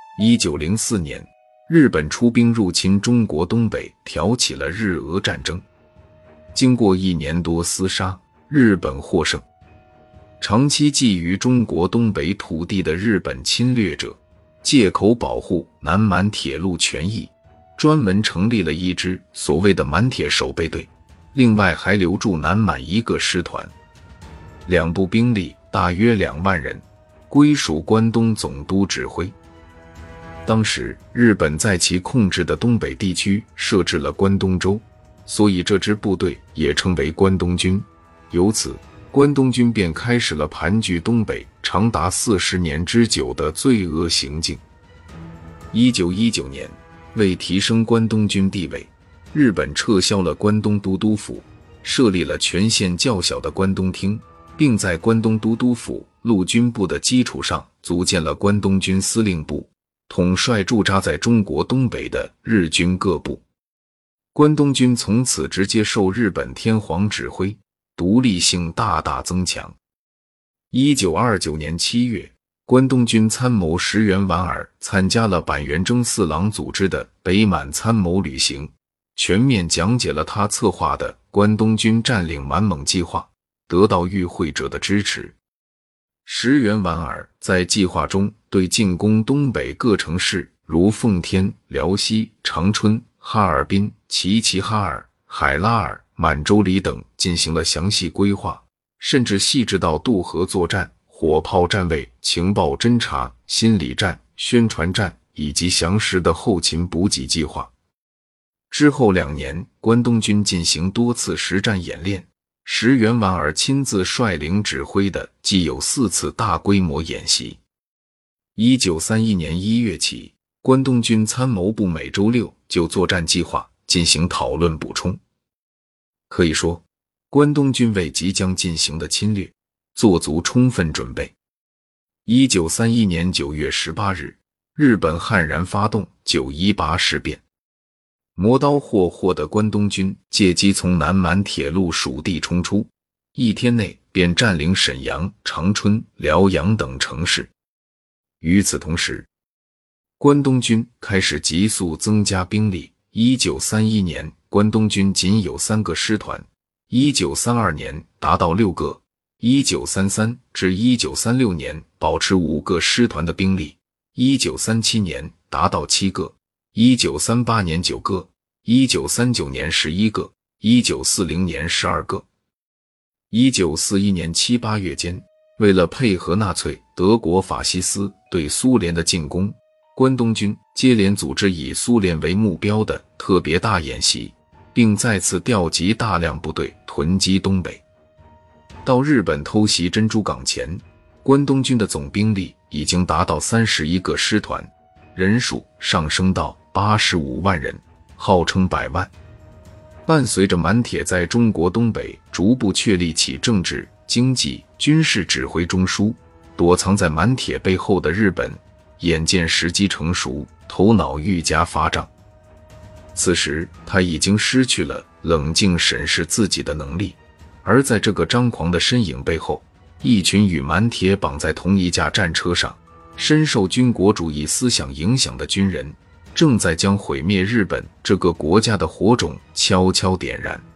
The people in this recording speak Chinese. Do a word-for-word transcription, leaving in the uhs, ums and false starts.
一九零四年，日本出兵入侵中国东北，挑起了日俄战争。经过一年多厮杀，日本获胜。长期觊觎中国东北土地的日本侵略者，借口保护南满铁路权益，专门成立了一支所谓的满铁守备队，另外还留驻南满一个师团，两部兵力大约两万人，归属关东总督指挥。当时日本在其控制的东北地区设置了关东州，所以这支部队也称为关东军。由此，关东军便开始了盘踞东北长达四十年之久的罪恶行径。一九一九年，为提升关东军地位，日本撤销了关东都督府，设立了权限较小的关东厅，并在关东都督府陆军部的基础上组建了关东军司令部，统帅驻扎在中国东北的日军各部。关东军从此直接受日本天皇指挥，独立性大大增强。一九二九年七月，关东军参谋石原莞尔参加了板垣征四郎组织的北满参谋旅行，全面讲解了他策划的关东军占领满蒙计划，得到与会者的支持。石原莞尔在计划中对进攻东北各城市如奉天、辽西、长春、哈尔滨、齐齐哈尔、海拉尔、满洲里等进行了详细规划，甚至细致到渡河作战、火炮站位、情报侦察、心理战、宣传战以及详实的后勤补给计划。之后两年，关东军进行多次实战演练，石原莞尔亲自率领指挥的既有四次大规模演习。一九三一年一月起，关东军参谋部每周六就作战计划进行讨论补充。可以说，关东军为即将进行的侵略做足充分准备。一九三一年九月十八日，日本悍然发动九一八事变，磨刀霍霍的关东军借机从南满铁路属地冲出，一天内便占领沈阳、长春、辽阳等城市。与此同时，关东军开始急速增加兵力。一九三一年，关东军仅有三个师团，一九三二年达到六个，一九三三至一九三六年保持五个师团的兵力，一九三七年达到七个，一九三八年九个，一九三九年十一个，一九四零年十二个。一九四一年七八月间，为了配合纳粹德国法西斯对苏联的进攻，关东军接连组织以苏联为目标的特别大演习，并再次调集大量部队囤积东北。到日本偷袭珍珠港前，关东军的总兵力已经达到三十一个师团，人数上升到八十五万人，号称百万。伴随着满铁在中国东北逐步确立起政治、经济、军事指挥中枢，躲藏在满铁背后的日本眼见时机成熟，头脑愈加发胀。此时他已经失去了冷静审视自己的能力，而在这个张狂的身影背后，一群与满铁绑在同一架战车上，深受军国主义思想影响的军人，正在将毁灭日本这个国家的火种悄悄点燃。